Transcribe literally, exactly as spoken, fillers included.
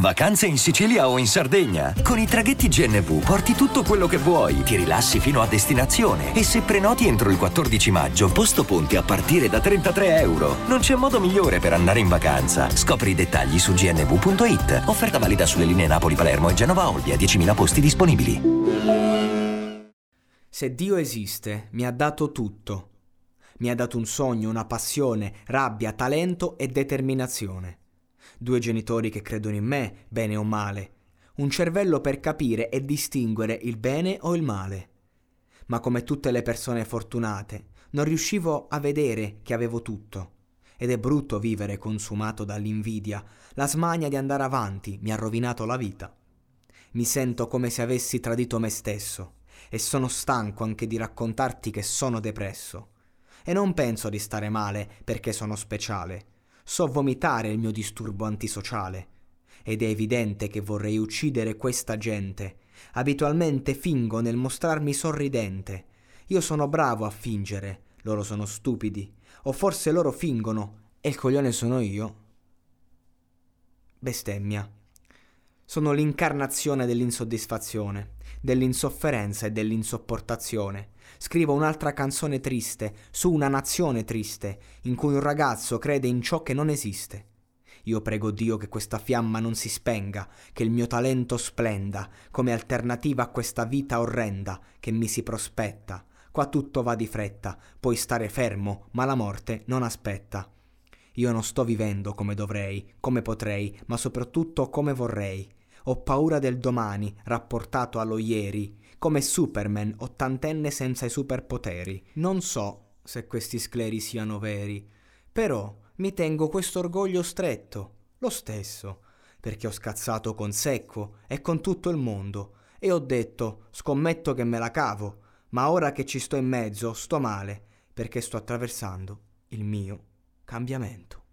Vacanze in Sicilia o in Sardegna? Con i traghetti G N V porti tutto quello che vuoi, ti rilassi fino a destinazione e se prenoti entro il quattordici maggio, posto ponti a partire da trentatré euro. Non c'è modo migliore per andare in vacanza. Scopri i dettagli su g n v punto i t. Offerta valida sulle linee Napoli-Palermo e Genova-Olbia, diecimila posti disponibili. Se Dio esiste, mi ha dato tutto. Mi ha dato un sogno, una passione, rabbia, talento e determinazione. Due genitori che credono in me, bene o male. Un cervello per capire e distinguere il bene o il male. Ma come tutte le persone fortunate, non riuscivo a vedere che avevo tutto. Ed è brutto vivere consumato dall'invidia. La smania di andare avanti mi ha rovinato la vita. Mi sento come se avessi tradito me stesso e sono stanco anche di raccontarti che sono depresso. E non penso di stare male perché sono speciale. So vomitare il mio disturbo antisociale. Ed è evidente che vorrei uccidere questa gente. Abitualmente fingo nel mostrarmi sorridente. Io sono bravo a fingere, loro sono stupidi. O forse loro fingono e il coglione sono io? Bestemmia. Sono l'incarnazione dell'insoddisfazione, dell'insofferenza e dell'insopportazione. Scrivo un'altra canzone triste su una nazione triste, in cui un ragazzo crede in ciò che non esiste. Io prego Dio che questa fiamma non si spenga, che il mio talento splenda, come alternativa a questa vita orrenda che mi si prospetta. Qua tutto va di fretta, puoi stare fermo, ma la morte non aspetta. Io non sto vivendo come dovrei, come potrei, ma soprattutto come vorrei. Ho paura del domani, rapportato allo ieri, come Superman, ottantenne senza i superpoteri. Non so se questi scleri siano veri, però mi tengo questo orgoglio stretto, lo stesso, perché ho scazzato con Secco e con tutto il mondo, e ho detto, scommetto che me la cavo, ma ora che ci sto in mezzo sto male, perché sto attraversando il mio cambiamento.